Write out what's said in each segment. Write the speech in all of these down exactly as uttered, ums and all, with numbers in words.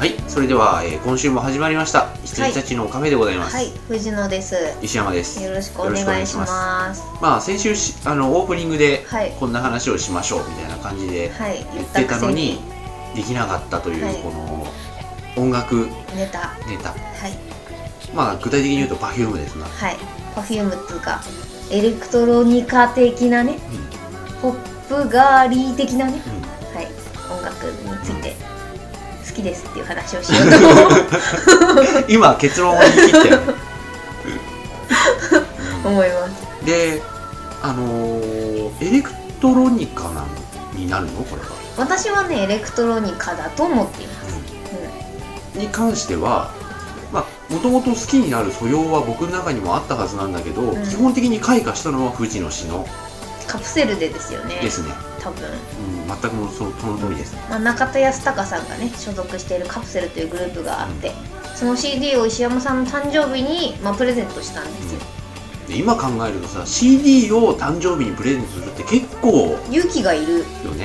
はい、それでは、えー、今週も始まりました羊たちのカフェでございます。 はい、はい、藤野です。 石山です。 よろしくお願いします。 まあ先週しあのオープニングで、 はい、 こんな話をしましょうみたいな感じで言ってたのに、はい、できなかったという、はい、この音楽ネタネタ。 はい。 まあ具体的に言うと パフューム ですな。 はい。パフュームっていうかエレクトロニカ的なね、うん、ポップガーリー的なね、うん、はい、音楽について。うん好きですっていう話をしようと今結論を言い切ったよね思います。 で、あのー、エレクトロニカなのになるのこれは。 私はねエレクトロニカだと思っています、 うんうん、に関してはまあもともと好きになる素養は僕の中にもあったはずなんだけど、うん、基本的に開花したのは藤野氏のカプセルでですよね。 ですね。 多分、 うん、全くもその、その通りです、 まあ、中田康隆さんがね所属しているカプセルというグループがあって、うん、その シーディー を石山さんの誕生日に、まあ、プレゼントしたんですよ、 うん、で今考えるとさ シーディー を誕生日にプレゼントするって結構勇気がいるよね、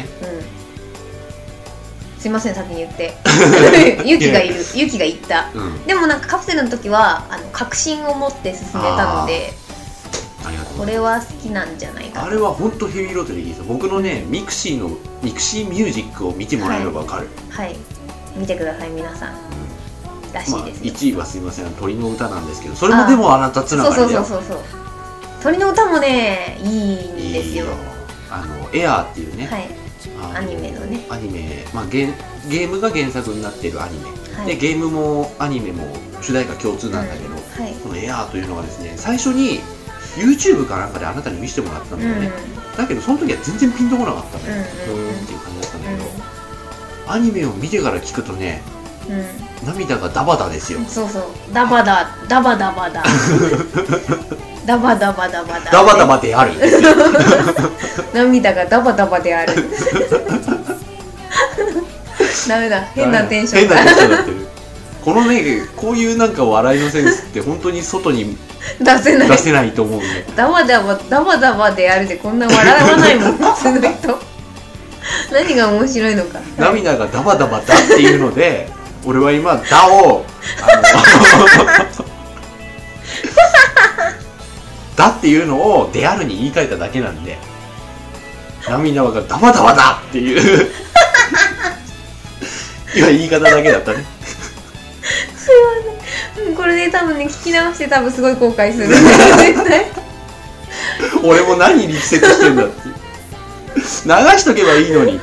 うん、すいません先に言って勇気がいる勇気がいった、うん、でもなんかカプセルの時はあの確信を持って進めたのでこれは好きなんじゃないかな。 あれは本当ヘビーローテでいいですよ。僕のねミクシーのミクシーミュージックを見てもらえれば分かる。 はい、はい、見てください皆さん、うん、らしいですよ、まあ、 いちいはすいません鳥の歌なんですけどそれもでもあなたつながりだよ。 そうそうそうそう鳥の歌もねいいんですよ。いいよあのエアーっていうね、はい、 アニメのねアニメ、まあ、ゲ, ゲームが原作になっているアニメ、はい、でゲームもアニメも主題歌共通なんだけど、うんはい、このエアーというのがですね最初にYouTube かなんかであなたに見せてもらったんだよね、うん、だけどその時は全然ピンとこなかったのよ、うんうん、っていう感じだったんだけど、うん、アニメを見てから聞くとね、うん、涙がダバダですよ。 そうそうダバダダバダバダダバダバダバダダバダバである涙がダバダバであるダメだ変なテンション変なテンションになってるこのねこういうなんか笑いのセンスって本当に外に出せない出せないと思うね。 ダバダバダバダバであるでこんな笑わないもん普通の人何が面白いのか。 涙がダバダバだっていうので俺は今ダをあのだっていうのをであるに言い換えただけなんで涙がダバダバだっていう今言い方だけだったねすいませんこれで、ね、多分ね聞き直して多分すごい後悔する絶対俺も何力説してんだって流しとけばいいのに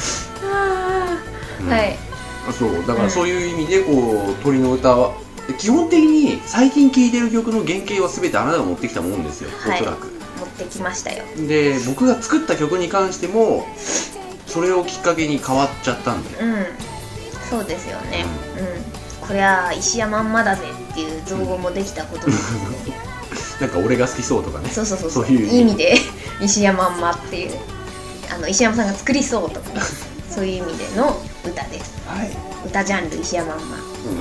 うん、はいそうだからそういう意味でこう鳥の歌は基本的に最近聴いてる曲の原型は全てあなたが持ってきたもんですよ、はい、おそらく持ってきましたよ。 で僕が作った曲に関してもそれをきっかけに変わっちゃったんだよ。 うんそうですよね、うん、うん、こりゃ石山んまだぜっていう造語もできたことですねなんか俺が好きそうとかねそうそうそうそういう意味で石山んまっていうあの石山さんが作りそうとか、ね、そういう意味での歌です、はい、歌ジャンル石山んま、うん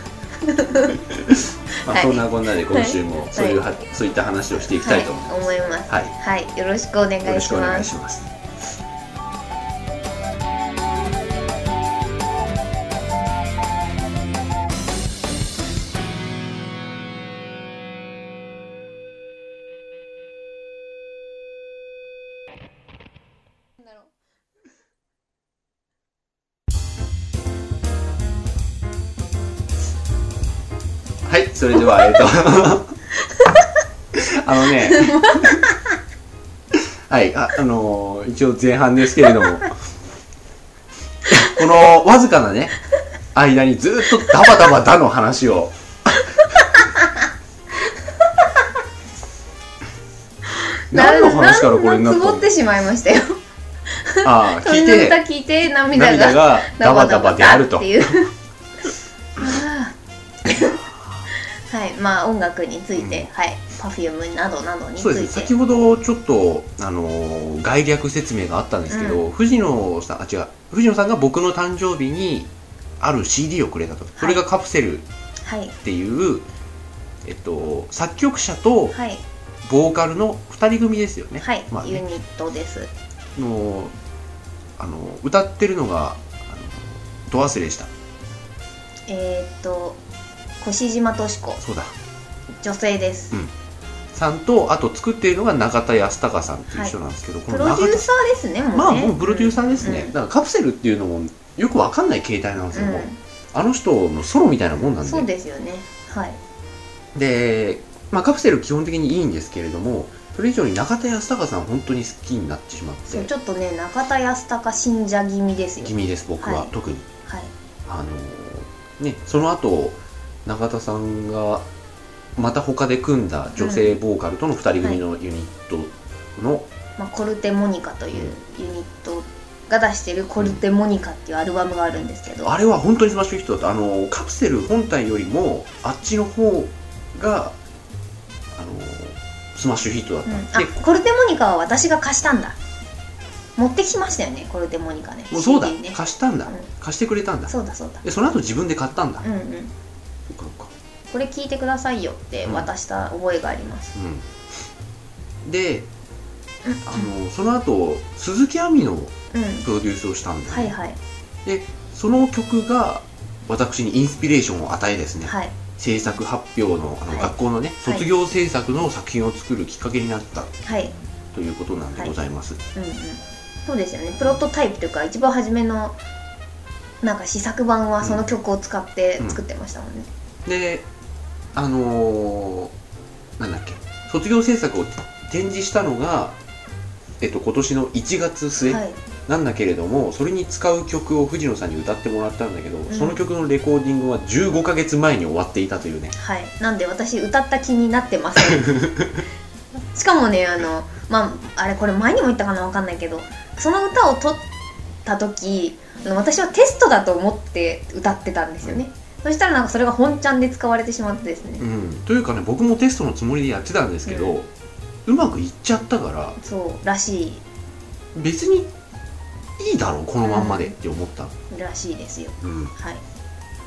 まあ、そんなこんなで今週もそういう、はい、そういった話をしていきたいと思います、 はい、思います、はい、はい、よろしくお願いします。よろしくお願いします。 はい、それではえっとあのねはいあ、あのー、一応前半ですけれどもこのわずかなね間にずっとダバダバダの話を何の話からこれになったの？ つぼってしまいましたよああ、聞いて歌聞いて涙ががダバダバであるとっていうはい、まあ音楽について、うん、はい、パフュームなどなどについて、 そうです。先ほどちょっとあのー、概略説明があったんですけど、うん、藤野さん、あ違う、藤野さんが僕の誕生日にある シーディー をくれたと。それがカプセルっていう、はい、えっと作曲者とボーカルのふたり組ですよね。 はい、 まあね、 ユニットです。 のあの歌ってるのがあのど忘れした。 えー、っと越島敏子、 そうだ、 女性です、 うん、さんと、あと作っているのが永田康隆さんっていう人なんですけど、はい、 このプロデューサーですね、もうね。 まあもうプロデューサーですね、うん、だからカプセルっていうのもよくわかんない形態なんですよ、うん、あの人のソロみたいなもんなんで。 そうですよね、はい。 で、まあ、カプセル基本的にいいんですけれども、それ以上に中田康隆さん本当に好きになってしまって。 そうちょっとね、中田康隆信者気味ですよ。 気味です、僕は、はい、特に、 はい、あのー、ね、その後中田さんがまた他で組んだ女性ボーカルとのふたり組のユニットの、うん、はい、まあ、 コルテモニカというユニットが出してるコルテモニカっていうアルバムがあるんですけど、 うん、あれは本当に素晴らしい人だった。あのカプセル本体よりもあっちの方があのスマッシュヒットだった、うん、 あ、コルテモニカは私が貸したんだ。持ってきましたよね、コルテモニカね。 もうそうだ、ね、貸したんだ、うん、貸してくれたんだ。 そうだそうだ。 でその後自分で買ったんだ。 うんうん。 そっかそっか。 これ聞いてくださいよって渡した覚えがあります、 うん、で、あのその後鈴木亜美のプロデュースをしたんです、ね、 うん、はいはい。 でその曲が私にインスピレーションを与えですね、はい、制作発表の、あの学校のね、はい、卒業制作の作品を作るきっかけになった、はい、ということなんでございます、はい、うんうん、 そうですよね。プロトタイプというか一番初めのなんか試作版はその曲を使って作ってましたもんね、 うんうん、であのー、なんだっけ、卒業制作を展示したのが、えっと、今年のいちがつ末なんだけれども、はい、それに使う曲を藤野さんに歌ってもらったんだけど、うん、その曲のレコーディングはじゅうごかげつまえに終わっていたというね。 はい、なんで私歌った気になってませんしかもね、あの、まあ、あれこれ前にも言ったかな、分かんないけど、その歌を撮った時私はテストだと思って歌ってたんですよね、うん、そしたらなんかそれが本ちゃんで使われてしまってですね、 うん、というかね、僕もテストのつもりでやってたんですけど、うん、うまくいっちゃったから、 そうらしい、 別にいいだろうこのまんまでって思った、 うん、らしいですよ、うん、はい。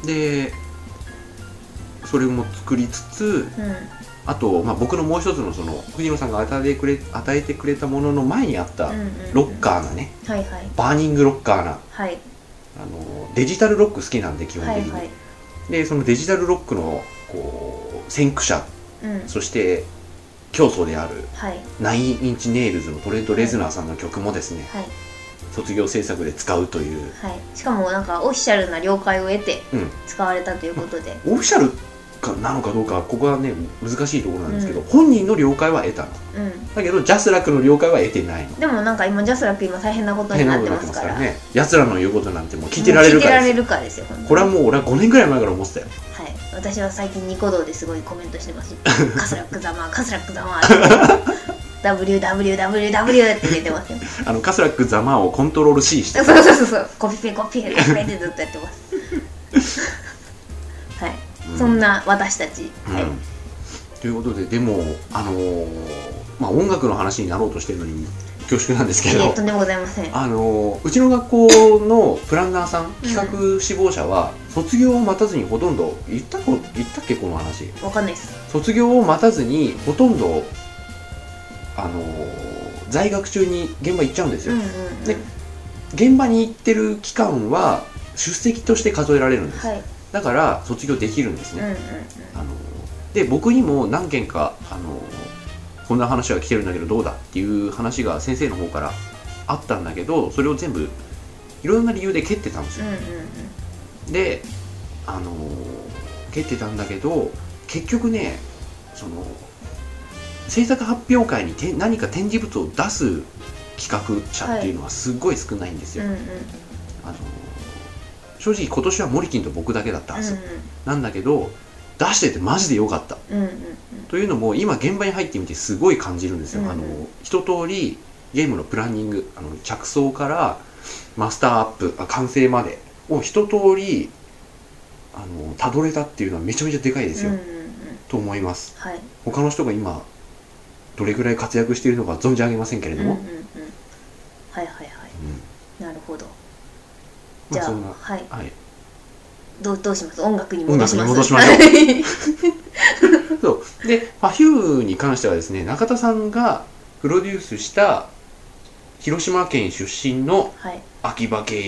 でそれも作りつつ、うん、あと、まあ、僕のもう一つのその藤野さんが与えてくれ、与えてくれたものの前にあったロッカーなね、 はいはい、 バーニングロッカーな、 はい、 あのデジタルロック好きなんで基本的に、はいはい、でそのデジタルロックのこう先駆者、うん、そして教祖である、はい、ナインインチネイルズのトレント・レズナーさんの曲もですね、はい、卒業制作で使うという、 はい、しかもなんかオフィシャルな了解を得て使われたということで、 うん、オフィシャルなのかどうかここはね難しいところなんですけど、うん、本人の了解は得たの、うん、だけどジャスラックの了解は得てないの。 でもなんか今ジャスラック今大変なことになってますから、 ね、奴らの言うことなんてもう聞いてられるかですよ。聞いてられるかですよ。 これはもう俺はごねんぐらい前から思ってたよ。 はい、私は最近ニコ動ですごいコメントしてますカスラックざまカスラックざまダブリューダブリューダブリューダブリュー って出てますよあのカスラックざまをコントロール C してそうそうそうそう、コピペコピペコピペってずっとやってますはい、うん、そんな私たち、はい、うん、 ということで、でもあのー、まあ音楽の話になろうとしてるのに恐縮なんですけど、 えー、とんでもございません。 あのー、うちの学校のプランナーさん、企画志望者は、うん、卒業を待たずにほとんど言ったこ言ったっけこの話。 わかんないです。 卒業を待たずにほとんどあのー、在学中に現場行っちゃうんですよ、うんうんうん、で現場に行ってる期間は出席として数えられるんです、はい、だから卒業できるんですね、うんうんうん、あのー、で僕にも何件か、あのー、こんな話が来てるんだけどどうだっていう話が先生の方からあったんだけど、それを全部いろんな理由で蹴ってたんですよ、うんうんうん、で、あのー、蹴ってたんだけど結局ね、その制作発表会にて何か展示物を出す企画者っていうのはすごい少ないんですよ、はい、うんうん、あの正直今年はモリキンと僕だけだったはず、うんうん、なんだけど出しててマジで良かった、うんうんうん、というのも今現場に入ってみてすごい感じるんですよ、うんうん、あの一通りゲームのプランニング、あの着想からマスターアップ、完成までを一通りあのたどれたっていうのはめちゃめちゃでかいですよ、うんうんうん、と思います、はい、他の人が今どれぐらい活躍しているのか存じ上げませんけれども、うんうんうん、 はいはいはい、うん、なるほど。じゃあ、まあ、はい、はい、どうどうします？音楽に戻します。 音楽に戻しましょう。そうで Perfume に関してはですね、中田さんがプロデュースした広島県出身の秋葉系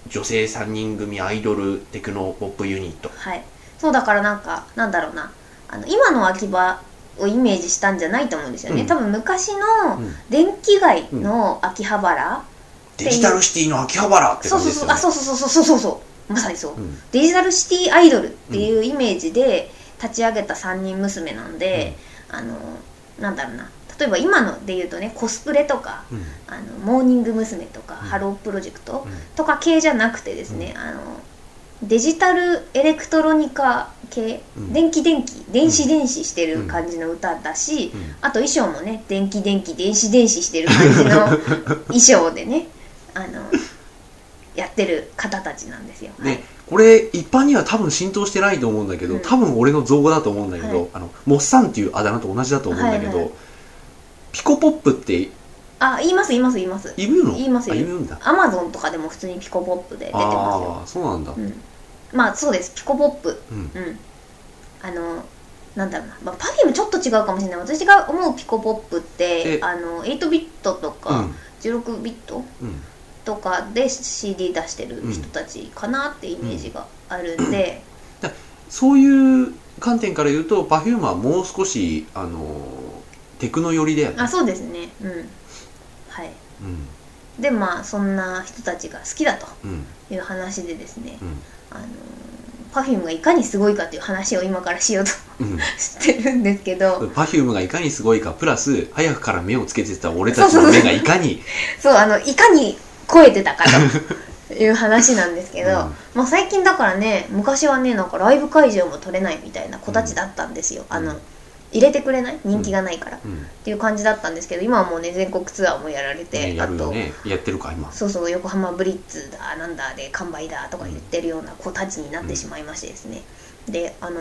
女性さんにん組アイドルテクノポップユニット。 はい、そうだからなんかなんだろうな、あの今の秋葉をイメージしたんじゃないと思うんですよね、うん、多分昔の電気街の秋葉原、 うん、デジタルシティの秋葉原って感じですよね。 そうそうそうそうそうそうそうそうまさにそう、うん、デジタルシティアイドルっていうイメージで立ち上げたさんにん娘なんで、うん、あのなんだろうな、例えば今ので言うとね、コスプレとか、うん、あのモーニング娘。とか、うん、ハロープロジェクトとか系じゃなくてですね、うん、あのデジタルエレクトロニカ系、うん、電気電気電子電子してる感じの歌だし、うん、あと衣装もね電気電気電子電子してる感じの衣装でねあのやってる方たちなんですよ。 ね、はい、これ一般には多分浸透してないと思うんだけど、うん、多分俺の造語だと思うんだけど、はい、あのモッサンっていうあだ名と同じだと思うんだけど、はいはい、ピコポップってあ、言います言います言います言うの？ 言いますよ。 言うんだ。 アマゾンとかでも普通にピコポップで出てますよ。 ああ、そうなんだ、うん、 まあそうです、ピコポップ、うん、うん、あのなんだろうな、まあ、パフュームちょっと違うかもしれない。私が思うピコポップってあのエイトビットとか、うん、じゅうろくビット、うん、とかで シーディー 出してる人たちかなってイメージがあるんで、 うん、そういう観点から言うと パフューム はもう少しあのテクノ寄りだよね。 あ、そうですね、うん、はい、うん、でまあそんな人たちが好きだという話でですね、うん、あの パフューム がいかにすごいかという話を今からしようと、うん、してるんですけど、 パフューム がいかにすごいかプラス早くから目をつけてた俺たちの目がいかにそうあのいかに超えてたかという話なんですけど、うん、まあ最近だからね、昔はねなんかライブ会場も取れないみたいな子たちだったんですよ、うん、あの入れてくれない、人気がないから、うん、っていう感じだったんですけど、今はもうね全国ツアーもやられて、 ね、やるよね、あとやってるか今、 そうそう、横浜ブリッツだなんだで完売だとか言ってるような子たちになってしまいましてですね、うん、であの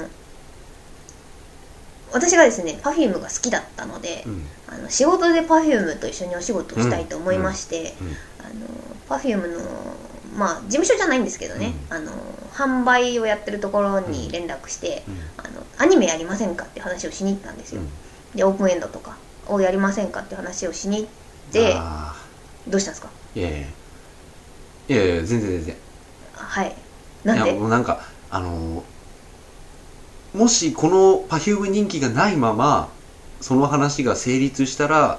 私がですね パフューム が好きだったので、うん、あの仕事で パフューム と一緒にお仕事をしたいと思いまして、うんうん、あの パフューム のまあ事務所じゃないんですけどね、うん、あの販売をやってるところに連絡して、うん、あのアニメやりませんかって話をしに行ったんですよ、うん、でオープンエンドとかをやりませんかって話をしに行って、どうしたんですか？ いやいやいやいや全然全然、 はい、なんで？ いやもうなんかあのもしこの パフューム 人気がないままその話が成立したら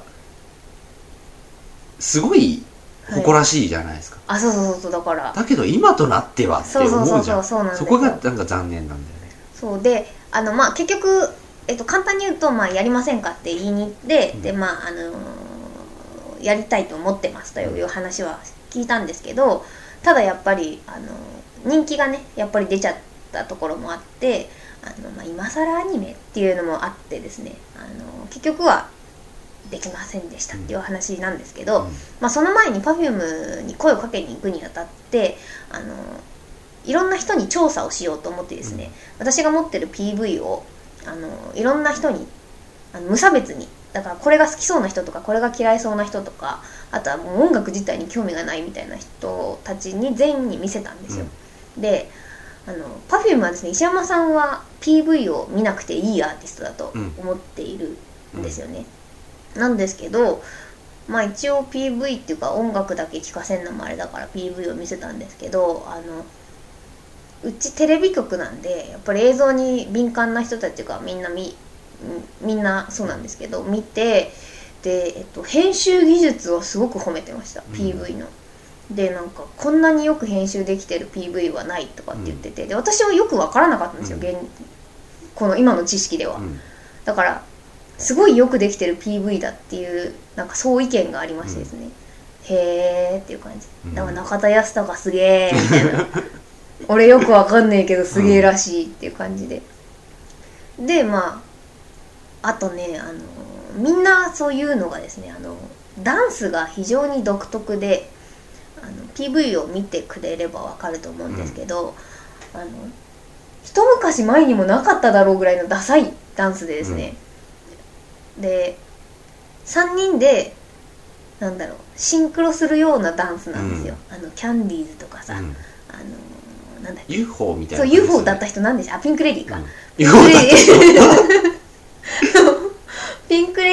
すごい誇らしいじゃないですか、 はい、あ、そうそうそう、だからだけど今となってはって思うじゃん。そこがなんか残念なんだよね。 そうで、あのまあ結局、えっと、簡単に言うと、まあ、やりませんかって言いに行って、うん、でまああのー、やりたいと思ってますという話は聞いたんですけど、ただやっぱり、あのー、人気がねやっぱり出ちゃったところもあって、あの、まあ、今更アニメっていうのもあってですね、あのー、結局はできませんでしたっていう話なんですけど、うん、まあ、その前に パフューム に声をかけに行くにあたって、あのいろんな人に調査をしようと思ってですね、うん、私が持ってる ピーブイ をあのいろんな人にあの無差別に、だからこれが好きそうな人とかこれが嫌いそうな人とか、あとはもう音楽自体に興味がないみたいな人たちに全員に見せたんですよ、うん、であの パフューム はですね、石山さんは ピーブイ を見なくていいアーティストだと思っているんですよね、うんうん、なんですけど、まあ一応 ピーブイ っていうか音楽だけ聴かせんのもあれだから ピーブイ を見せたんですけど、あのうちテレビ局なんでやっぱり映像に敏感な人たちがみんなみみんなそうなんですけど見て、で、えっと、編集技術をすごく褒めてました、うん、ピーブイ の。でなんかこんなによく編集できてる ピーブイ はないとかって言ってて、で私はよく分からなかったんですよ、うん、この今の知識では、うん、だからすごいよくできてる ピーブイ だっていうなんかそう意見がありましてですね、うん、へーっていう感じ、だから中田泰孝すげーみたいな俺よくわかんねえけどすげーらしいっていう感じで、でまああとね、あのみんなそういうのがですね、あのダンスが非常に独特で、あの ピーブイ を見てくれればわかると思うんですけど、うん、あの一昔前にもなかっただろうぐらいのダサいダンスでですね、うん、でさんにんでなんだろうシンクロするようなダンスなんですよ、うん、あのキャンディーズとかさ、うん、あのなんだっけユーフォー みたいな、 ね、 そう ユーフォー だった人なんでしょう、あピンクレディーか、うん、 ユーフォー だった人ピンクレ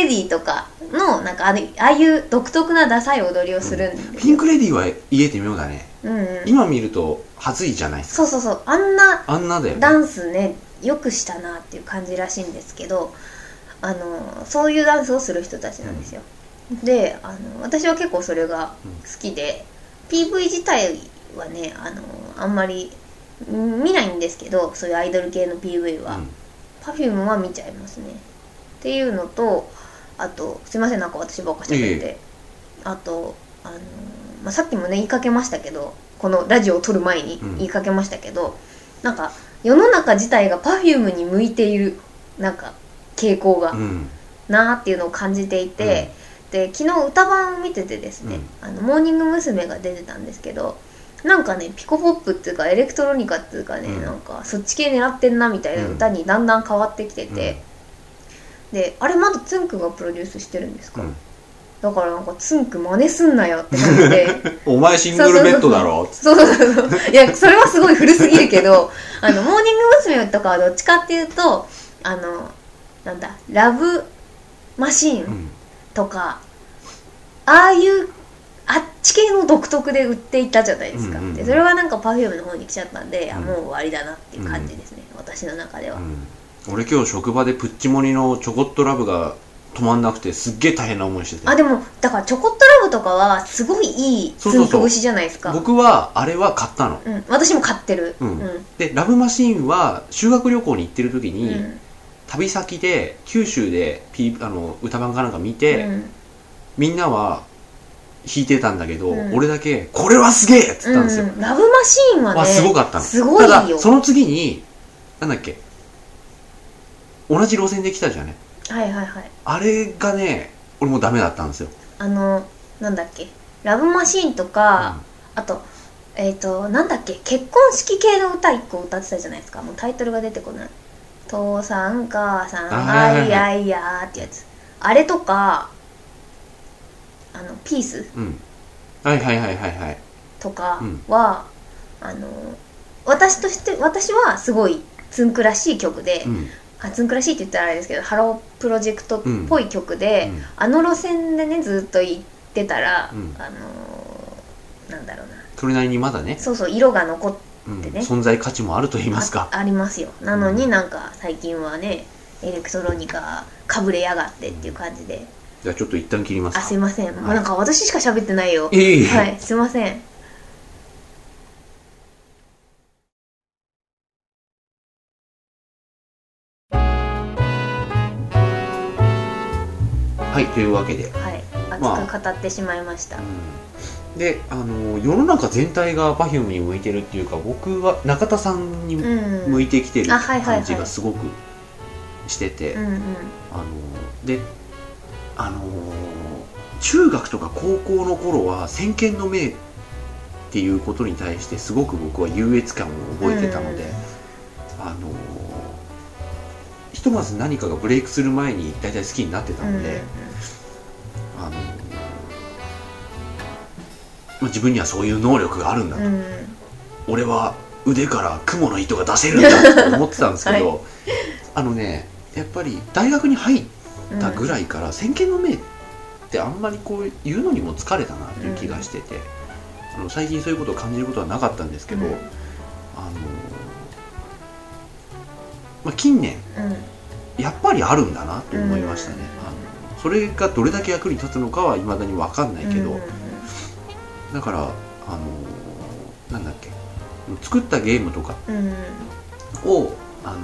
レディーとかのなんかああいう独特なダサい踊りをするんですよ、 うん、ピンクレディーは言えてみようだね、 うんうん、 今見ると恥ずいじゃないですか。 そうそうそう、あんなあんなだよ、ね、 ダンスねよくしたなっていう感じらしいんですけど、あのそういうダンスをする人たちなんですよ、うん、であの私は結構それが好きで、うん、ピーブイ 自体はねあのあんまり見ないんですけど、そういうアイドル系の ピーブイ は、うん、Perfume は見ちゃいますねっていうのと、あとすいませんなんか私ばっかしゃべって、えー、あとあの、まあ、さっきもね言いかけましたけど、このラジオを撮る前に言いかけましたけど、うん、なんか世の中自体が Perfume に向いているなんか傾向がなーっていうのを感じていて、うん、で昨日歌番を見ててですね、うん、あのモーニング娘。が出てたんですけど、なんかねピコポップっていうかエレクトロニカっていうかね、うん、なんかそっち系狙ってんなみたいな歌にだんだん変わってきてて、うん、であれまだつんくがプロデュースしてるんですか、うん、だからなんかつんく真似すんなよって感じでお前シングルベッドだろ、 そうそうそうそういやそれはすごい古すぎるけどあのモーニング娘。とかはどっちかっていうとあのなんだラブマシーンとか、うん、ああいうあっち系の独特で売っていたじゃないですか、うんうんうん、でそれはなんか Perfume の方に来ちゃったんで、うん、あもう終わりだなっていう感じですね、うん、私の中では、うん、 俺今日職場でプッチモニのちょこっとラブが止まんなくてすっげえ大変な思いしてて、 あでもだからちょこっとラブとかはすごいいいつんく節じゃないですか。 そうそうそう僕はあれは買ったの、 うん、私も買ってる、 うんうん、でラブマシーンは修学旅行に行ってる時に、うん、旅先で九州でピあの歌番かなんか見て、うん、みんなは弾いてたんだけど、うん、俺だけこれはすげえっつったんですよ、うんうん、 ラブマシーンはねすごかったの。 すごいよ。 ただその次になんだっけ同じ路線で来たじゃね、 はいはいはい、 あれがね俺もダメだったんですよ。 あのなんだっけラブマシーンとか、うん、あとえっ、ー、となんだっけ結婚式系の歌いっこ歌ってたじゃないですか。もうタイトルが出てこない。父さん母さんあいやいやーってやつ、あれとかあのピース、うん、 はいはいはいはいはいとかは、うん、あの私として私はすごいつんくらしい曲で、うん、あつんくらしいって言ったらあれですけどハロープロジェクトっぽい曲で、うん、あの路線でねずっと行ってたら、うん、あのなんだろうなそれなりにまだねそうそう色が残ってね、 うん、存在価値もあると言いますかあ, ありますよ。なのになんか最近はねエレクトロニカかぶれやがってっていう感じで、 じゃあちょっと一旦切りますか。 あすいません、はい、もうなんか私しか喋ってないよ、 いえいえはいすいません。 はいというわけで、 はい、熱く語ってしまいました、まあうん、であの世の中全体が Perfume に向いてるっていうか僕は中田さんに向いてきてる感じがすごくしてて、あのであの中学とか高校の頃は先見の明っていうことに対してすごく僕は優越感を覚えてたので、うん、あのひとまず何かがブレイクする前に大体好きになってたので、うん、あのまあ、自分にはそういう能力があるんだと、うん、俺は腕から雲の糸が出せるんだと思ってたんですけど、はい、あのねやっぱり大学に入ったぐらいから先見の明ってあんまりこう言うのにも疲れたなっていう気がしてて、うん、あの最近そういうことを感じることはなかったんですけど、うん、あのまあ、近年、うん、やっぱりあるんだなと思いましたね、うん、あのそれがどれだけ役に立つのかは未だに分かんないけど、うん、だからあのなんだっけ作ったゲームとかを、あの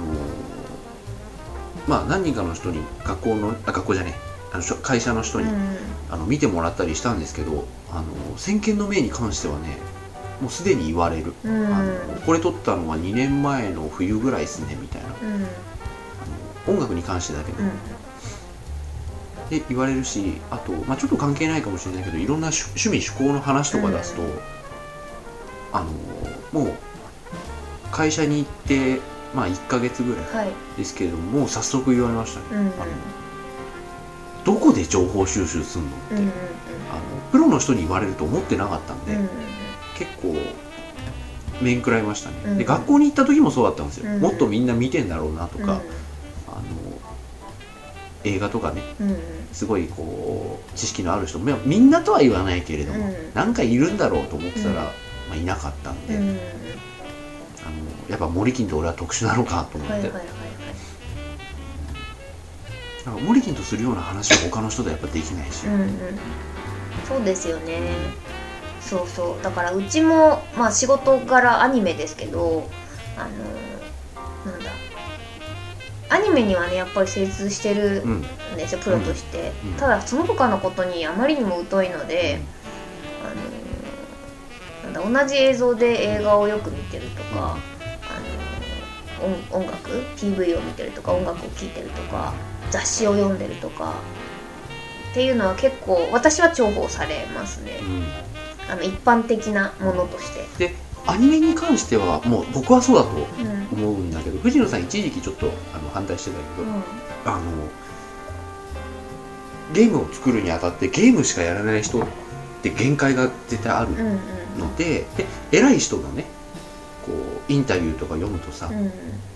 まあ何人かの人に学校のあ学校じゃねえあの会社の人に、うん、あの見てもらったりしたんですけど、あの先見の明に関してはねもうすでに言われる、うん、あのこれ撮ったのはにねんまえの冬ぐらいですねみたいな、うん、あの音楽に関してだけど、うん、で言われるし、あと、まあ、ちょっと関係ないかもしれないけどいろんな趣味趣向の話とか出すと、うん、あのもう会社に行ってまあいっかげつぐらいですけれども、はい、もう早速言われましたね、うん、あのどこで情報収集するのって、うんうんうん、あのプロの人に言われると思ってなかったんで、うんうん、結構面食らいましたね、うんうん、で学校に行った時もそうだったんですよ、うんうん、もっとみんな見てんだろうなとか、うんうん、あの映画とかね、 うんうん、すごいこう知識のある人もみんなとは言わないけれども、うん、なんかいるんだろうと思ってたら、うん、まあ、いなかったんで、うん、あのやっぱモリキンと俺は特殊なのかと思って、はいはいはいはい、なんかモリキンとするような話は他の人ではやっぱできないし、うんうん、 そうですよね、そうそうだからうちも、まあ、仕事柄アニメですけど、あのなんだアニメにはねやっぱり精通してるんですよ、うん、プロとして、うん、ただその他のことにあまりにも疎いので、うん、あのなんだ同じ映像で映画をよく見てるとか、あの 音, 音楽 ピーブイ を見てるとか音楽を聴いてるとか雑誌を読んでるとかっていうのは結構私は重宝されますね、うん、あの一般的なものとして。 でアニメに関してはもう僕はそうだと思うんだけど、うん、藤野さん一時期ちょっとあの反対してたけど、うん、あのゲームを作るにあたってゲームしかやらない人って限界が絶対あるので、うんうん、で偉い人のねこうインタビューとか読むとさ、うん、あの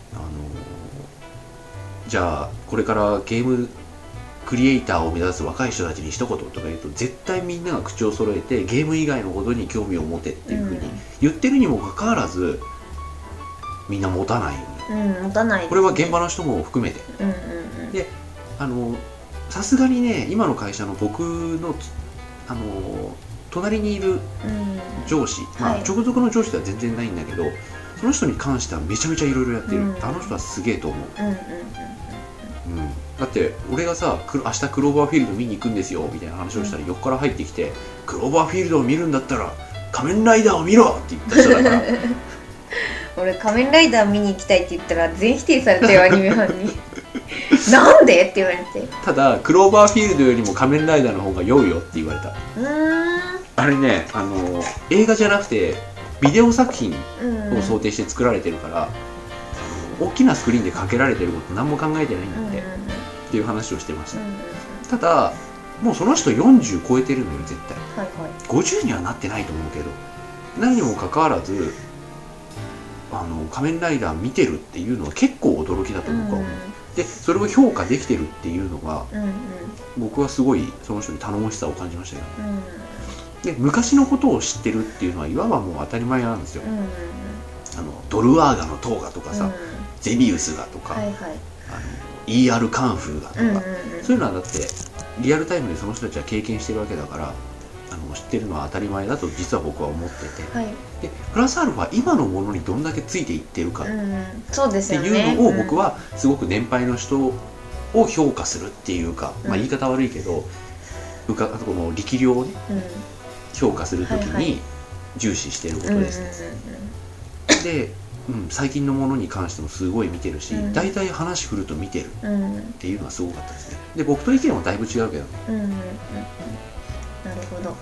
じゃあこれからゲームクリエイターを目指す若い人たちに一言とか言うと絶対みんなが口を揃えてゲーム以外のことに興味を持てっていうふうに言ってるにもかかわらずみんな持たないよね、うん、持たないですね。 これは現場の人も含めて、うんうんうん、であのさすがにね今の会社の僕のあの隣にいる上司、うん、まあ、はい、直属の上司では全然ないんだけどその人に関してはめちゃめちゃいろいろやってる、うん、あの人はすげえと思う、うんうんうんうん、だって俺がさ明日クローバーフィールド見に行くんですよみたいな話をしたら、うん、横から入ってきてクローバーフィールドを見るんだったら仮面ライダーを見ろって言った人だから俺仮面ライダー見に行きたいって言ったら全否定されたよアニメファンになんでって言われて、 ただクローバーフィールドよりも仮面ライダーの方が良いよって言われた。うーんあれねあの映画じゃなくてビデオ作品を想定して作られてるから、うん、大きなスクリーンでかけられてること何も考えてないんだって、うん、っていう話をしてました、うん、ただもうその人よんじゅう超えてるのよ絶対、はいはい、ごじゅうにはなってないと思うけど何にもかかわらずあの仮面ライダー見てるっていうのは結構驚きだと僕は思う、うん、でそれを評価できてるっていうのが、うんうん、僕はすごいその人に頼もしさを感じましたよ、うん、で昔のことを知ってるっていうのはいわばもう当たり前なんですよ、うんうん、あのドルワーガのトーガとかさ、うん、ゼビウスだとか、はいはい、あの イーアール カンフーだとか、うんうんうん、そういうのはだってリアルタイムでその人たちは経験してるわけだからあの知ってるのは当たり前だと実は僕は思ってて、はい、でプラスアルファ今のものにどんだけついていってるかっていうのを僕はすごく年配の人を評価するっていうか、うん、まあ言い方悪いけどうかこの力量をね、うん、評価するときに重視してることですね。で、うん、最近のものに関してもすごい見てるし、うん、大体話振ると見てるっていうのはすごかったですね。で僕と意見はだいぶ違うけどね、うんうんうん、 なるほど、うん、はいはい、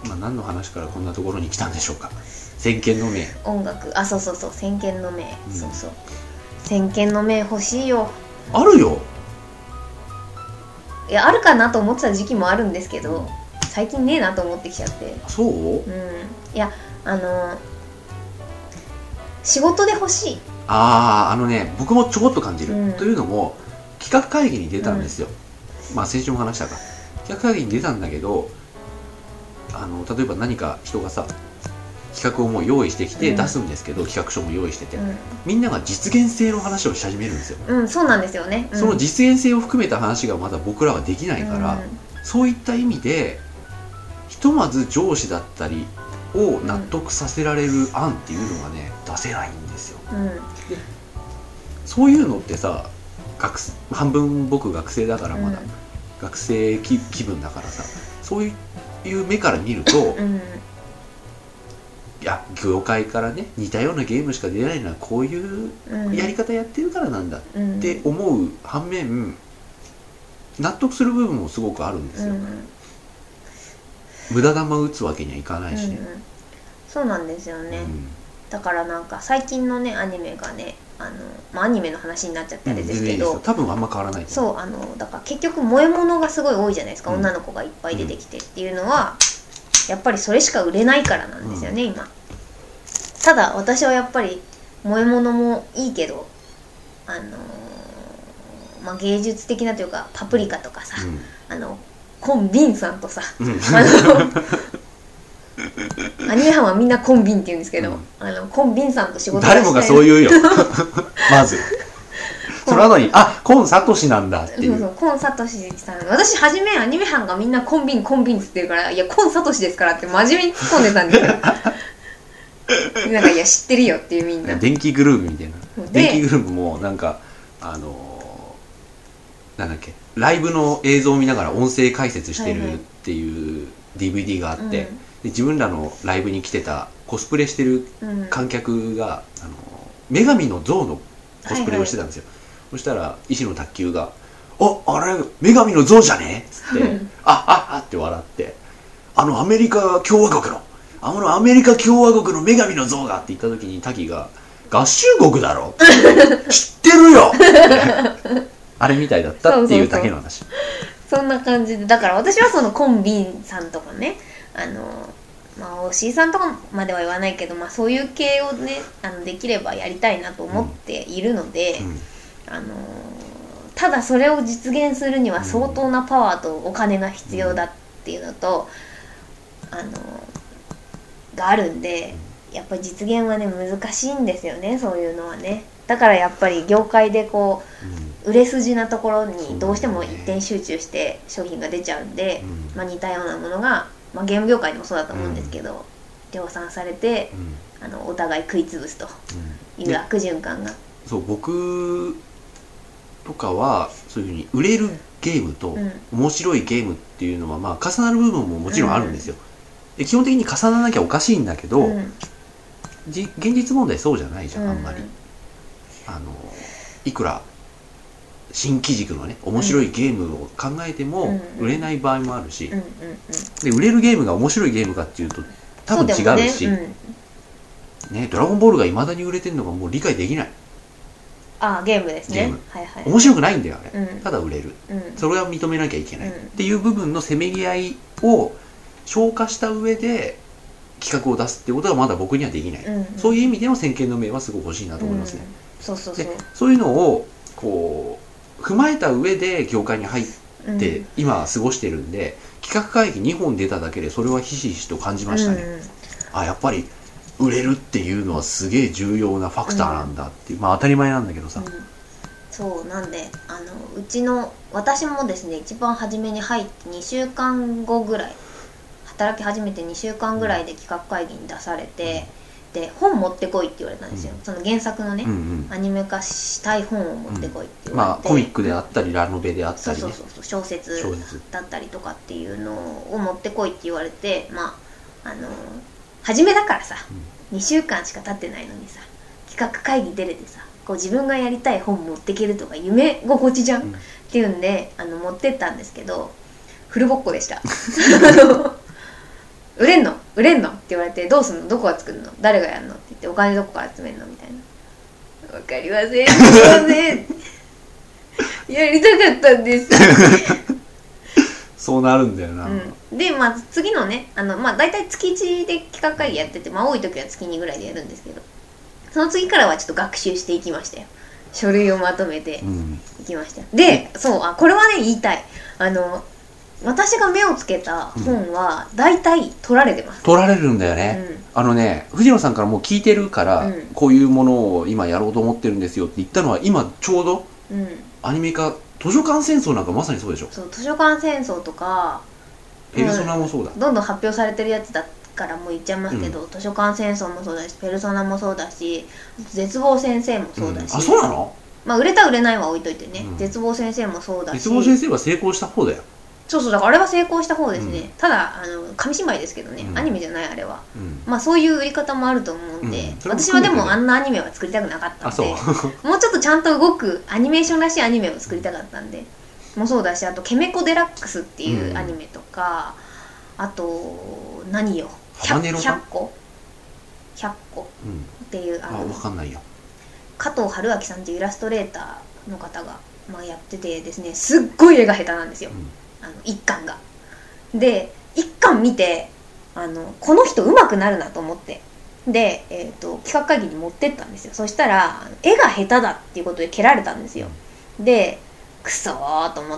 まあ、何の話からこんなところに来たんでしょうか。先見の明、 音楽、あ、そうそうそう、先見の明、うん、そうそう、先見の明欲しいよ。 あるよ。 いや、あるかなと思ってた時期もあるんですけど、うん、最近ねえなと思ってきちゃって。 そう？うん、 いや、あの仕事で欲しい。 ああ、あのね、僕もちょこっと感じる、うん、というのも企画会議に出たんですよ、うん、まあ先週も話したか、企画会議に出たんだけど、あの例えば何か人がさ企画をもう用意してきて出すんですけど、うん、企画書も用意してて、うん、みんなが実現性の話をし始めるんですよ。 うん、そうなんですよね、うん、 その実現性を含めた話がまだ僕らはできないから、うん、そういった意味でひとまず上司だったりを納得させられる案っていうのがね出せないんですよ、うん、でそういうのってさ学半分僕学生だからまだ、うん、学生 気, 気分だからさそういう目から見ると、うん、いや業界からね似たようなゲームしか出ないのはこういうやり方やってるからなんだって思う反面納得する部分もすごくあるんですよ、うん、無駄玉打つわけにはいかないしね、うんうん、 そうなんですよね、うん、だからなんか最近のねアニメがねあの、まあ、アニメの話になっちゃったあれですけど、 うん、多分あんま変わらないと思う。そうあのだから結局萌え物がすごい多いじゃないですか、うん、女の子がいっぱい出てきてっていうのは、うん、やっぱりそれしか売れないからなんですよね、うん、今。ただ私はやっぱり萌え物もいいけどあのまあ、芸術的なというかパプリカとかさ、 うん、 あのコンビンさんとさ、 うん、 あのアニメ班はみんなコンビンって言うんですけど、うん、あのコンビンさんと仕事がしたい。 誰もがそう言うよまずその後にあコンサトシなんだっていう。 そうそうコンサトシさん。私初めアニメ班がみんなコンビンコンビンって言ってるからいやコンサトシですからって真面目に突っ込んでたんですよなんかいや知ってるよっていうみんな。 電気グループみたいな。電気グループもなんかあのー、なんだっけライブの映像を見ながら音声解説してるっていう ディーブイディー があって、はいはい、で自分らのライブに来てたコスプレしてる観客が、うん、あの女神の像のコスプレをしてたんですよ、はいはい、そしたら石野卓球が「ああれ女神の像じゃね?」っつって「あああって笑って「あのアメリカ共和国のあのアメリカ共和国の女神の像が」って言った時に滝が「合衆国だろ知ってるよ」あれみたいだったっていうだけの話。 そうそうそうそんな感じでだから私はそのコンビンさんとかねあのまあ、おしいさんとかまでは言わないけど、まあ、そういう系をねあのできればやりたいなと思っているので、うん、あのただそれを実現するには相当なパワーとお金が必要だっていうのと、うん、あのがあるんでやっぱり実現はね難しいんですよねそういうのはね。だからやっぱり業界でこう、うん、売れ筋なところにどうしても一点集中して商品が出ちゃうんで、うんまあ、似たようなものがまあ、ゲーム業界でもそうだと思うんですけど、うん、量産されて、うん、あのお互い食いつぶすという悪循環が、 うん、そう僕とかはそういうふうに売れるゲームと面白いゲームっていうのは、まあ、重なる部分ももちろんあるんですよ、うん、で基本的に重ならなきゃおかしいんだけど、うん、じ現実問題そうじゃないじゃん、うん、あんまりあのいくら新機軸のね面白いゲームを考えても売れない場合もあるし、うんうんうん、で売れるゲームが面白いゲームかっていうと多分違うしう、ねうん、ねドラゴンボールがいまだに売れてるのがもう理解できない。 ああゲームですね、はいはい、 面白くないんだよあれ、うん、ただ売れる、 うん、 それは認めなきゃいけない、うん、っていう部分のせめぎ合いを消化した上で企画を出すってことがまだ僕にはできない、うんうん、そういう意味での先見の明はすごく欲しいなと思いますね、 うん、そうそうそうでそういうのをこう踏まえた上で業界に入って今過ごしてるんで、うん、企画会議にほん出ただけでそれはひしひしと感じましたね、うん、あやっぱり売れるっていうのはすげえ重要なファクターなんだっていう、うん、まあ当たり前なんだけどさ、うん、 そうなんであのうちの私もですね一番初めに入ってにしゅうかんごぐらい働き始めてにしゅうかんぐらいで企画会議に出されて、うんで本持ってこいって言われたんですよ、うん、その原作のね、うんうん、アニメ化したい本を持ってこいって言われて、うん、まあコミックであったりラノベであったり、ね、 そうそうそう小説だったりとかっていうのを持ってこいって言われてまああのー、初めだからさ、うん、にしゅうかんしか経ってないのにさ企画会議出れてさこう自分がやりたい本持ってけるとか夢心地じゃん、うん、っていうんであの持ってったんですけどフルボッコでした売れんの売れんのって言われてどうすんのどこが作るの誰がやるのって言ってお金どこから集めるのみたいなわかりませんすいませんやりたかったんですそうなるんだよな、 うん、でまあ次のねあのまあ大体月いちで企画会議やっててまあ多い時は月にぐらいでやるんですけどその次からはちょっと学習していきましたよ書類をまとめていきました、うん、でそうあこれはね言いたいあの私が目をつけた本は大体取られてます、 うん、取られるんだよね、うん、あのね藤野さんからもう聞いてるから、うん、こういうものを今やろうと思ってるんですよって言ったのは今ちょうど、うん、アニメ化図書館戦争なんかまさにそうでしょ。 そう図書館戦争とかペルソナもそうだ、うん、 どんどん発表されてるやつだからもう言っちゃいますけど、うん、図書館戦争もそうだしペルソナもそうだし絶望先生もそうだし、 うん、あそうなのまあ売れた売れないは置いといてね、うん、絶望先生もそうだし絶望先生は成功した方だよ。 そうそうだからあれは成功した方ですね、うん、ただあの紙芝居ですけどね、うん、アニメじゃないあれは、うん、まあそういう売り方もあると思うんで、うん、私はでもあんなアニメは作りたくなかったんでもうちょっとちゃんと動くアニメーションらしいアニメを作りたかったんでもうそうだしあとケメコデラックスっていうアニメとか、うん、あと何よひゃっこひゃっこっていう、 あの、あ、わかんないよ。 加藤春明さんっていうイラストレーターの方が、まあ、やっててですねすっごい絵が下手なんですよ、うん、あの一巻がで一巻見てあのこの人上手くなるなと思ってで、えーと、企画会議に持ってったんですよ。そしたら絵が下手だっていうことで蹴られたんですよ。でくそーと思って、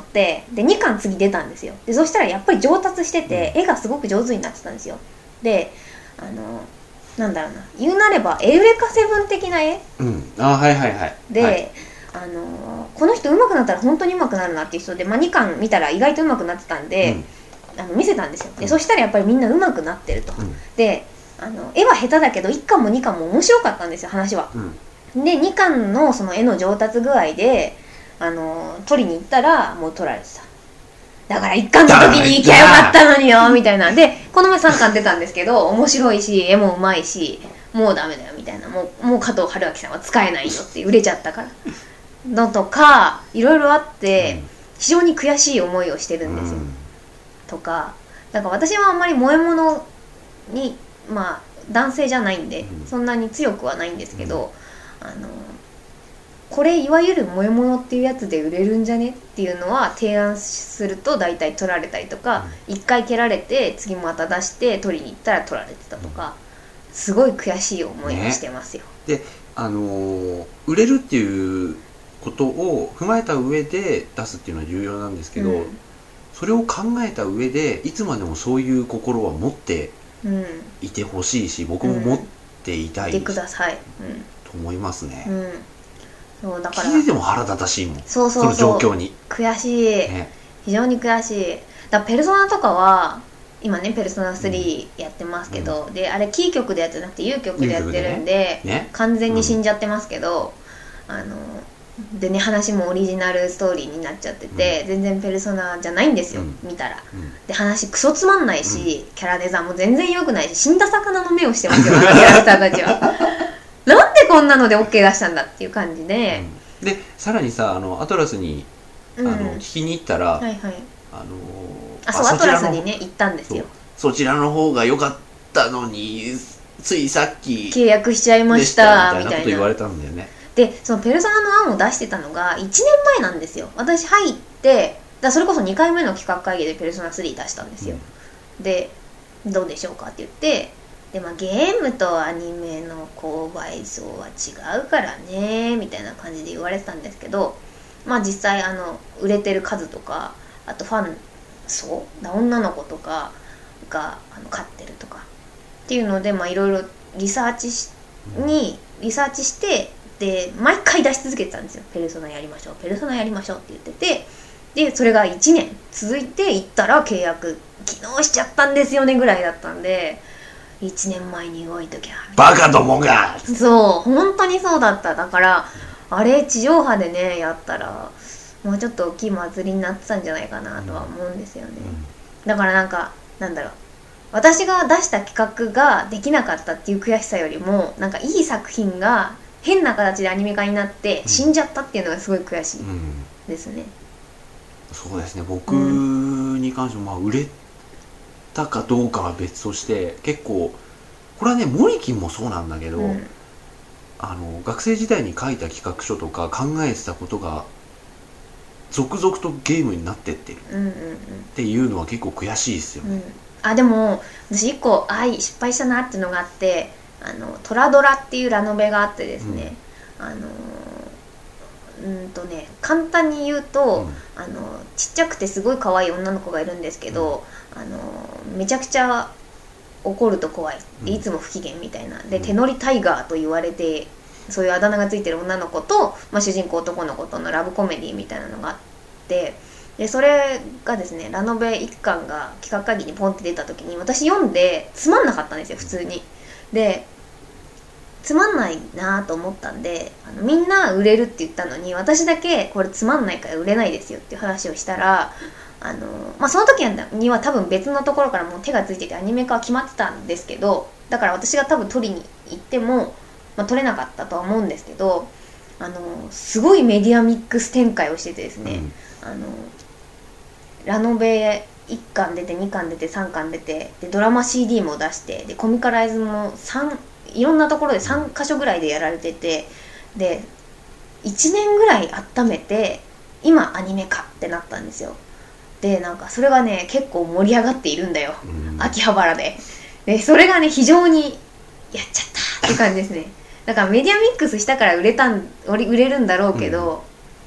でにかん次出たんですよ。でそしたらやっぱり上達してて、絵がすごく上手になってたんですよ。であのなんだろうな、言うなればエウレカセブン的な絵、 うん、あはいはいはいで、 はい、 あのこの人上手くなったら本当に上手くなるなっていう人で、まあ、にかん見たら意外と上手くなってたんで、うん、あの見せたんですよ。で、うん、そしたらやっぱりみんな上手くなってると、うん、であの絵は下手だけどいっかんもにかんも面白かったんですよ、話は、うん、でにかんのその絵の上達具合であの取りに行ったらもう取られてた。だからいっかんの時に行きゃよかったのによみたいな。でこの前さんかん出たんですけど、面白いし絵もうまいし、もうダメだよみたいな、もう、もう加藤春明さんは使えないよって売れちゃったからのとか、いろいろあって非常に悔しい思いをしてるんですよ、うん、とか、だから私はあんまり萌え物に、まあ男性じゃないんでそんなに強くはないんですけど、あのこれいわゆる萌え物っていうやつで売れるんじゃねっていうのは提案すると大体取られたりとか、いっかい蹴られて次また出して取りに行ったら取られてたとか、すごい悔しい思いをしてますよ、 ね、で、あのー、売れるっていうことを踏まえた上で出すっていうのは重要なんですけど、うん、それを考えた上でいつまでもそういう心は持っていてほしいし、うん、僕も持っていたい、 うん、てください、うん、 と思いますね、 うん、そうだから聞いてても腹立たしいもん。 そうそうそう、 その状況に悔しい、ね、非常に悔しい。だからペルソナとかは今ねペルソナスリーやってますけど、うん、であれキー局でやってなくて U 局でやってるんで、ねね、完全に死んじゃってますけど、うん、あのでね話もオリジナルストーリーになっちゃってて、うん、全然ペルソナじゃないんですよ、うん、見たら、うん、で話クソつまんないし、うん、キャラデザも全然良くないし、死んだ魚の目をしてますよあのキャラクターたちはなんでこんなので OK 出したんだっていう感じで、 うん、でさらにさあのアトラスにあの、うん、聞きに行ったら、はいはい、あのあそうアトラスにね行ったんですよ。 そちらの方が良かったのについさっき契約しちゃいましたみたいなこと言われたんだよね。 でそのペルソナの案を出してたのがいちねんまえなんですよ。私入ってだそれこそにかいめの企画会議でペルソナスリー出したんですよ、うん、でどうでしょうかって言ってで、まあ、ゲームとアニメの購買層は違うからねみたいな感じで言われてたんですけど、まあ実際あの売れてる数とかあとファン層女の子とかがあの買ってるとかっていうのでいろいろリサーチしにリサーチしてで毎回出し続けてたんですよ。ペルソナやりましょうペルソナやりましょうって言ってて、でそれがいちねん続いていったら契約昨日しちゃったんですよねぐらいだったんで、いちねんまえに動いときゃバカどもがそう本当にそうだった。だからあれ地上波でねやったらもうちょっと大きい祭りになってたんじゃないかなとは思うんですよね、うん、だからなんかなんだろう私が出した企画ができなかったっていう悔しさよりもなんかいい作品が変な形でアニメ化になって死んじゃったっていうのがすごい悔しいですね、 うん、そうですね。僕に関してもまあ売れたかどうかは別として結構これはねモリキンもそうなんだけど、うん、あの学生時代に書いた企画書とか考えてたことが続々とゲームになってってるっていうのは結構悔しいですよね、うん、 あでも私一個あい失敗したなっていうのがあってあのトラドラっていうラノベがあってですね、うん、あのうんとね簡単に言うと、うん、あのちっちゃくてすごい可愛い女の子がいるんですけど、うん、あのめちゃくちゃ怒ると怖い、うん、いつも不機嫌みたいなで、うん、手乗りタイガーと言われてそういうあだ名がついてる女の子と、まあ、主人公男の子とのラブコメディみたいなのがあってでそれがですねラノベいっかんが企画会議にポンって出た時に私読んでつまんなかったんですよ普通に。でつまんないなと思ったんであのみんな売れるって言ったのに私だけこれつまんないから売れないですよっていう話をしたらあの、まあ、その時には多分別のところからもう手がついててアニメ化は決まってたんですけどだから私が多分取りに行ってもまあ、取れなかったとは思うんですけどあのすごいメディアミックス展開をしててですね、うん、あのラノベいっかん出てにかん出てさんかん出てでドラマ シーディー も出してでコミカライズもさんいろんなところでさんかしょぐらいでやられててでいちねんぐらい温めて今アニメ化ってなったんですよ。でなんかそれがね結構盛り上がっているんだよ、うん、秋葉原で。でそれがね非常にやっちゃったって感じですね。だからメディアミックスしたから売れたん売れるんだろうけど、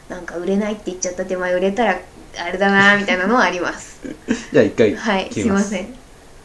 なんか売れないって言っちゃった手前売れたらあれだなみたいなのはありますじゃあ一回はい、すいません。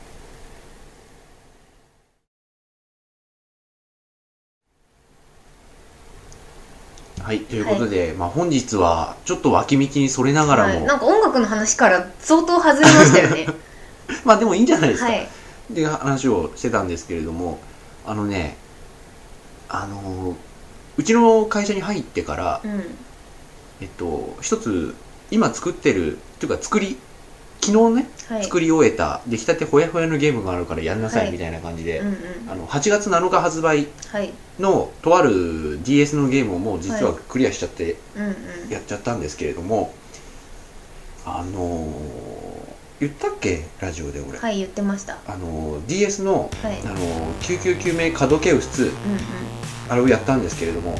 はい、ということで、はい、まあ本日はちょっと脇道にそれながらも、はい、 なんか音楽の話から相当外れましたよねまあでもいいんじゃないですか、 はい、 っていう話をしてたんですけれども、あのね、あのうちの会社に入ってから、うん、えっと一つ今作ってるっていうか作り昨日ね、はい、作り終えた出来たてほやほやのゲームがあるからやんなさいみたいな感じで、はい、うんうん、あのはちがつなのか発売のとある ディーエス のゲームをもう実はクリアしちゃってやっちゃったんですけれども、あのー、言ったっけラジオで俺。 はい言ってました。 あのー、ディーエス の、はい、あのー、きゅうきゅうきゅうめカドケウス、うんうん、あれをやったんですけれども、はい、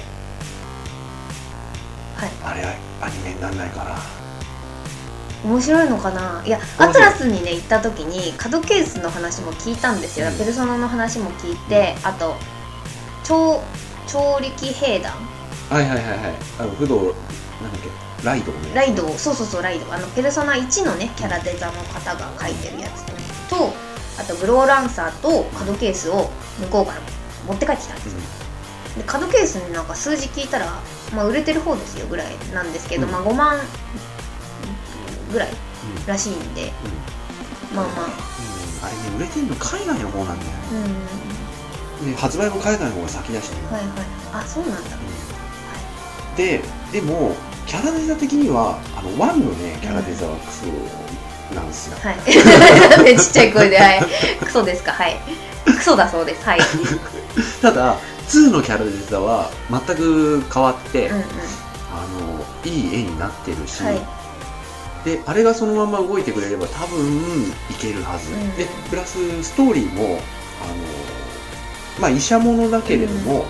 あれアニメにならないかな。 面白いのかな。いやアトラスにね行った時にカドケースの話も聞いたんですよ、うん、ペルソナの話も聞いて、あと超超力兵団、 はいはいはいはい、あの不動なんだっけライドね、 ライドそうそうそうライド、あのペルソナいちのねキャラデザの方が書いてるやつと、あとグローランサーとカドケースを向こうから持って帰ってきたんですよ、うん、でカドケースになんか数字聞いたら、まあ、売れてる方ですよぐらいなんですけど、うん、まあごまんぐらいらしいんで、うん、まあまあ、うん、 あれね売れてるの海外の方なんだよね、うん、で発売も海外の方が先だしね、 はいはい、あそうなんだ、うん、 ででもキャラデザ的にはあのワンのねキャラデザはクソなんですよ、 はいちっちゃい声ではいクソですか、はいクソだそうです、はいただツーのキャラデザは全く変わって、うんうん、あのいい絵になってるし、はい、であれがそのまま動いてくれれば多分いけるはず、うん、でプラスストーリーもあのまあ医者ものだけれども、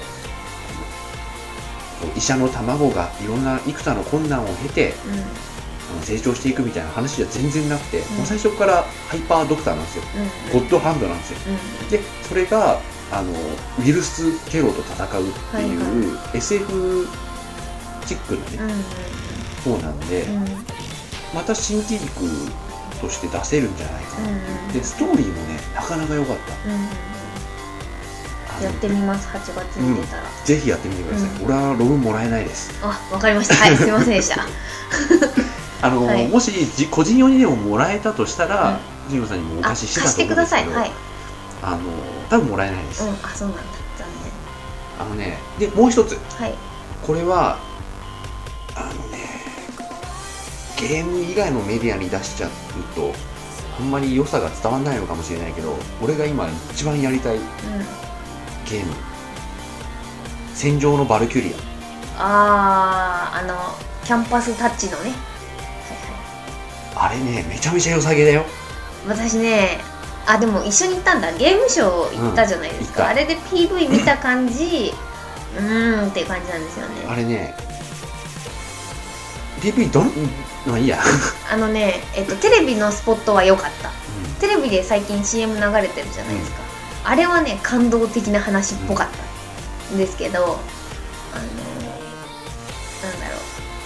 うん、医者の卵がいろんな幾多の困難を経て、うん、成長していくみたいな話じゃ全然なくて、うん、もう最初からハイパードクターなんですよ、うん、ゴッドハンドなんですよ、うん、でそれがあのウィルス・ケロと戦うっていう、はいはい、エスエフ チックなね、うん、方なんで、うん、また新機軸として出せるんじゃないかな、うん、でストーリーもねなかなか良かった、 うん、やってみます。はちがつに出たら、うん、 ぜひやってみてください、うん、俺はログもらえないです。 あ、わかりました。はい、すいませんでしたあの、はい、もしじ個人用にでももらえたとしたらジンゴさんにもお貸ししてたと思うんですけど、はい、あの多分もらえないです、 うん、あ、そうなんだ、残念。 あのね、でもう一つ、 はい、 これはあのねゲーム以外のメディアに出しちゃうとあんまり良さが伝わらないのかもしれないけど、俺が今一番やりたいゲーム、うん、戦場のバルキュリア。あー、あのキャンパスタッチのね、 はいはい、あれねめちゃめちゃ良さげだよ。 私ね、あ、でも一緒に行ったんだ、ゲームショー行ったじゃないですか、うん、あれで ピーブイ 見た感じうーんっていう感じなんですよね。 あれね ピーブイ どんまあいいやあのね、えっと、テレビのスポットは良かった、うん、テレビで最近 シーエム 流れてるじゃないですか、うん、あれはね感動的な話っぽかったんですけど、うん、あのなんだろ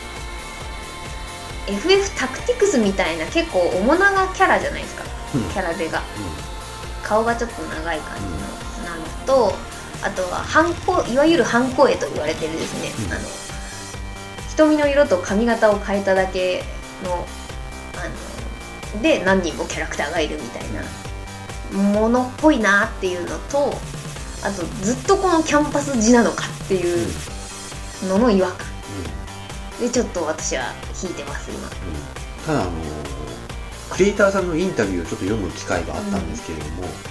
う エフエフ タクティクスみたいな結構面長キャラじゃないですか、うん、キャラデが、うん、顔がちょっと長い感じの、なのと、あとは反抗、いわゆる反抗絵と言われてるですね、うん、あの瞳の色と髪型を変えただけ の, あので何人もキャラクターがいるみたいなものっぽいなっていうのと、あとずっとこのキャンパス地なのかっていうのの曰く、うん、でちょっと私は引いてます今、うん、 ただあのクリエイターさんのインタビューをちょっと読む機会があったんですけれども、うん、あの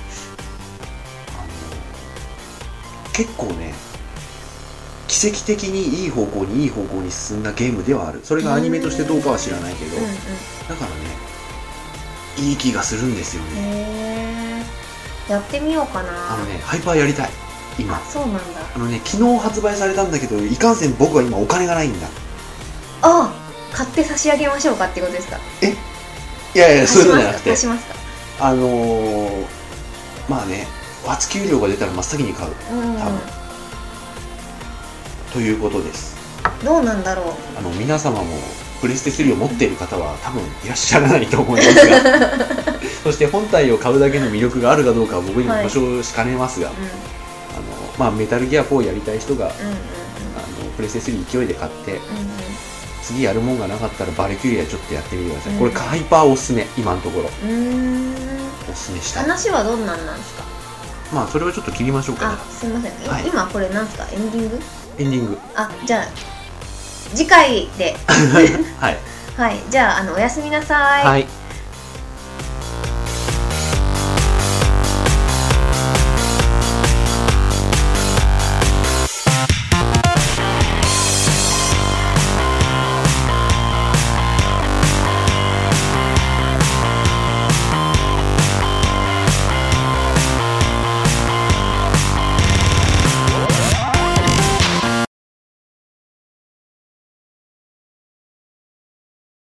結構ね奇跡的にいい方向にいい方向に進んだゲームではある。それがアニメとしてどうかは知らないけど、うんうん、だからねいい気がするんですよね。 へー、やってみようかな。 あのねハイパーやりたい今。 あ、そうなんだ。 あのね昨日発売されたんだけどいかんせん僕は今お金がないんだ。 ああ、買って差し上げましょうかってことですか。 え、いやいやそういうのじゃなくて、 貸しますか。 あのー、まあね初給料が出たら真っ先に買う、うん、多分ということです。 どうなんだろう。 あの皆様もプレステスリーを持っている方は多分いらっしゃらないと思いますがそして本体を買うだけの魅力があるかどうかは僕にも保証しかねますが、はい、あのまあ、メタルギアフォーやりたい人が、うんうんうん、あのプレステスリー勢いで買って、うんうん、次やるもんがなかったらバレキュリアちょっとやってみてください、うん、これハイパーおすすめ、今のところ。うーん、おすすめした。 話はどんなんなんですか？ まあそれはちょっと切りましょうかね。 あ、すいません、はい、今これなんですか？エンディング？ エンディング。 あ、じゃあ次回ではい、 はい、じゃあ、あのおやすみなさい。 はい。